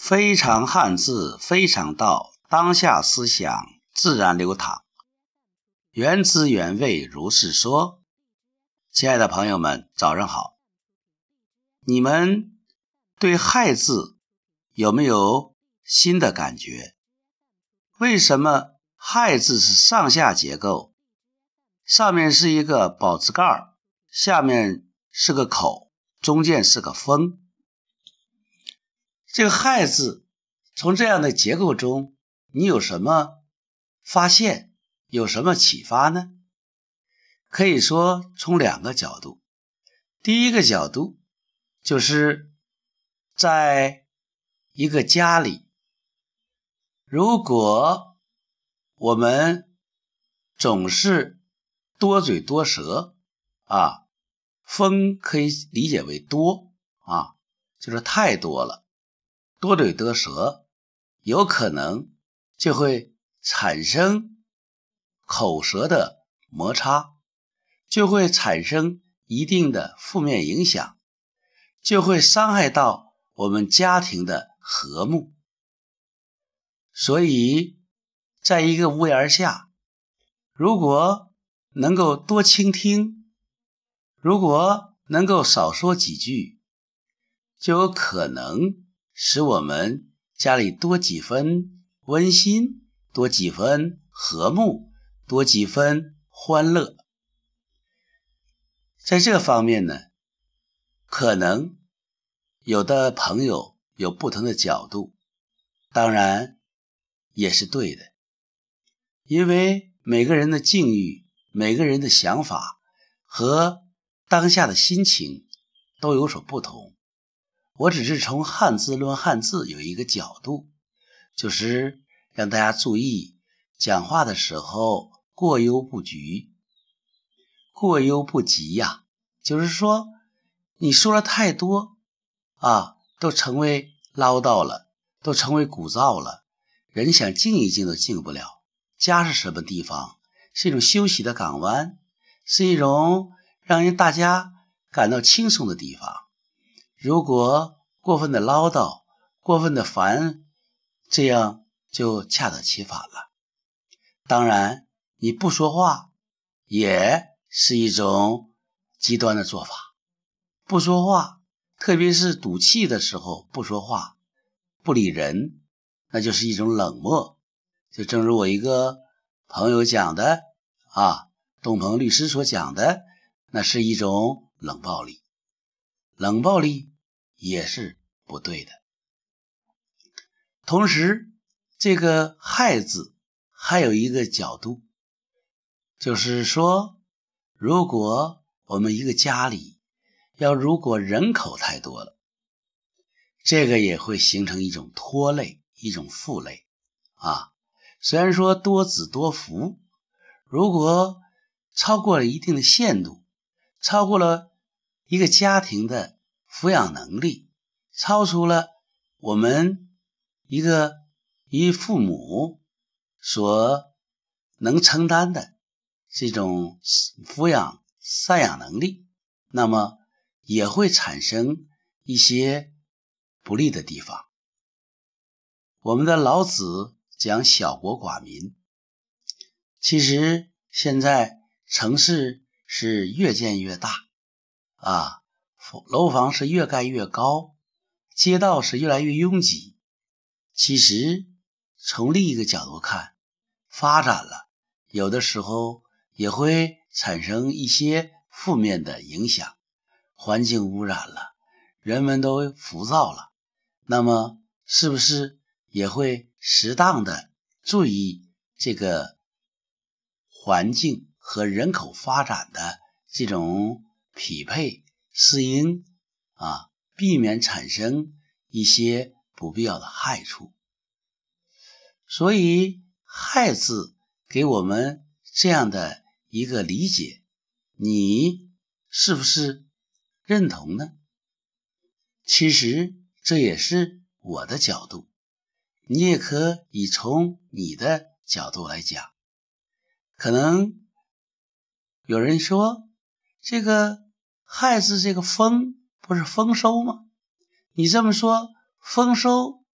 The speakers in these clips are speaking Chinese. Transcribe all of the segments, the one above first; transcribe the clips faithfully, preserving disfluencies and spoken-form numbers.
非常汉字，非常道，当下思想自然流淌，原汁原味如是说。亲爱的朋友们，早上好。你们对亥字有没有新的感觉？为什么亥字是上下结构，上面是一个宝字盖，下面是个口，中间是个风？这个亥字从这样的结构中，你有什么发现，有什么启发呢？可以说从两个角度。第一个角度就是在一个家里，如果我们总是多嘴多舌啊，风可以理解为多啊，就是太多了，多嘴多舌，有可能就会产生口舌的摩擦，就会产生一定的负面影响，就会伤害到我们家庭的和睦。所以在一个屋檐下，如果能够多倾听，如果能够少说几句，就有可能使我们家里多几分温馨，多几分和睦，多几分欢乐。在这方面呢，可能有的朋友有不同的角度，当然也是对的，因为每个人的境遇，每个人的想法和当下的心情都有所不同。我只是从汉字论汉字有一个角度，就是让大家注意讲话的时候过犹不及，过犹不及呀、啊，就是说你说了太多啊，都成为唠叨了，都成为鼓噪了，人想静一静都静不了。家是什么地方？是一种休息的港湾，是一种让人大家感到轻松的地方。如果过分的唠叨，过分的烦，这样就恰得其反了。当然你不说话也是一种极端的做法，不说话，特别是赌气的时候不说话，不理人，那就是一种冷漠。就正如我一个朋友讲的啊，东鹏律师所讲的，那是一种冷暴力。冷暴力也是不对的。同时这个亥字还有一个角度，就是说如果我们一个家里要如果人口太多了，这个也会形成一种拖累，一种负累啊。虽然说多子多福，如果超过了一定的限度，超过了一个家庭的抚养能力，超出了我们一个一父母所能承担的这种抚养赡养能力，那么也会产生一些不利的地方。我们的老子讲小国寡民，其实现在城市是越建越大啊，楼房是越盖越高，街道是越来越拥挤。其实从另一个角度看，发展了，有的时候也会产生一些负面的影响，环境污染了，人们都浮躁了，那么是不是也会适当的注意这个环境和人口发展的这种匹配适应啊，避免产生一些不必要的害处。所以亥字给我们这样的一个理解，你是不是认同呢？其实这也是我的角度，你也可以从你的角度来讲。可能有人说，这个亥字这个丰不是丰收吗？你这么说，丰收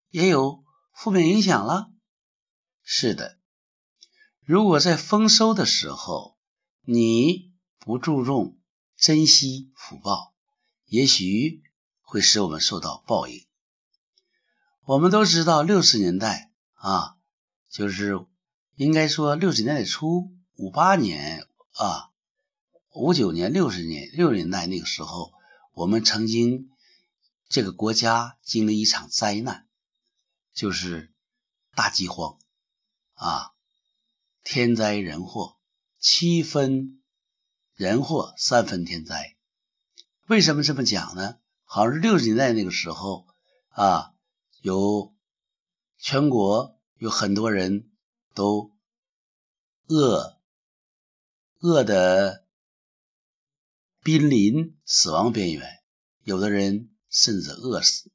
也有负面影响了。是的，如果在丰收的时候你不注重珍惜福报，也许会使我们受到报应。我们都知道六十年代啊，就是应该说六十年代初，五八年啊，五九年、六十年、六十年代那个时候，我们曾经这个国家经历一场灾难，就是大饥荒啊，天灾人祸，七分人祸，三分天灾。为什么这么讲呢？好像是六十年代那个时候啊，有全国有很多人都饿饿得濒临死亡边缘，有的人甚至饿死。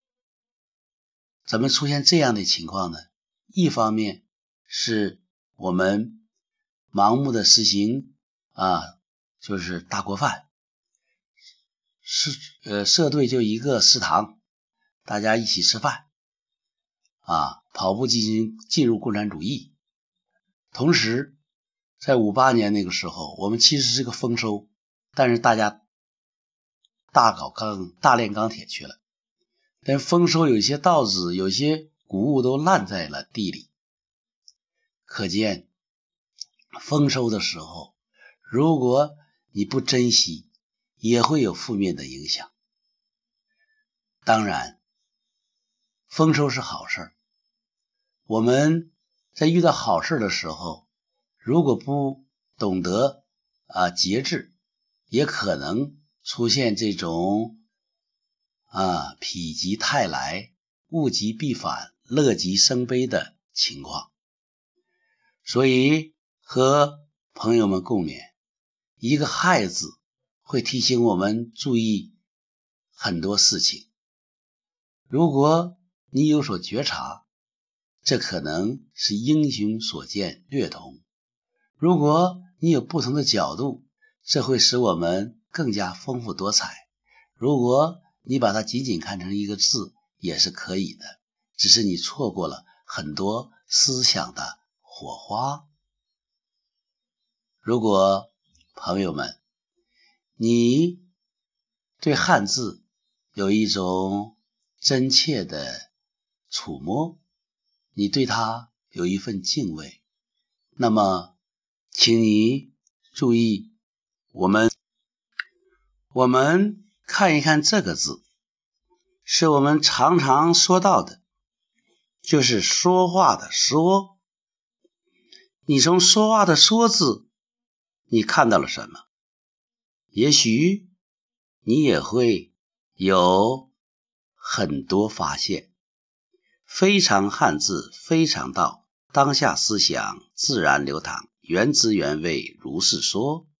怎么出现这样的情况呢？一方面是我们盲目的实行啊，就是大锅饭，是呃社队就一个食堂，大家一起吃饭啊，跑步进行进入共产主义。同时在五八年那个时候，我们其实是个丰收，但是大家大搞钢大炼钢铁去了，但丰收有些稻子有些谷物都烂在了地里。可见丰收的时候，如果你不珍惜，也会有负面的影响。当然丰收是好事，我们在遇到好事的时候，如果不懂得啊节制，也可能出现这种啊否极泰来，物极必反，乐极生悲的情况。所以和朋友们共勉，一个害字会提醒我们注意很多事情。如果你有所觉察，这可能是英雄所见略同。如果你有不同的角度，这会使我们更加丰富多彩。如果你把它仅仅看成一个字，也是可以的，只是你错过了很多思想的火花。如果朋友们，你对汉字有一种真切的触摸，你对它有一份敬畏，那么请你注意，我们我们看一看这个字，是我们常常说到的，就是说话的说。你从说话的说字，你看到了什么？也许你也会有很多发现。非常汉字，非常道，当下思想自然流淌，原汁原味如是说。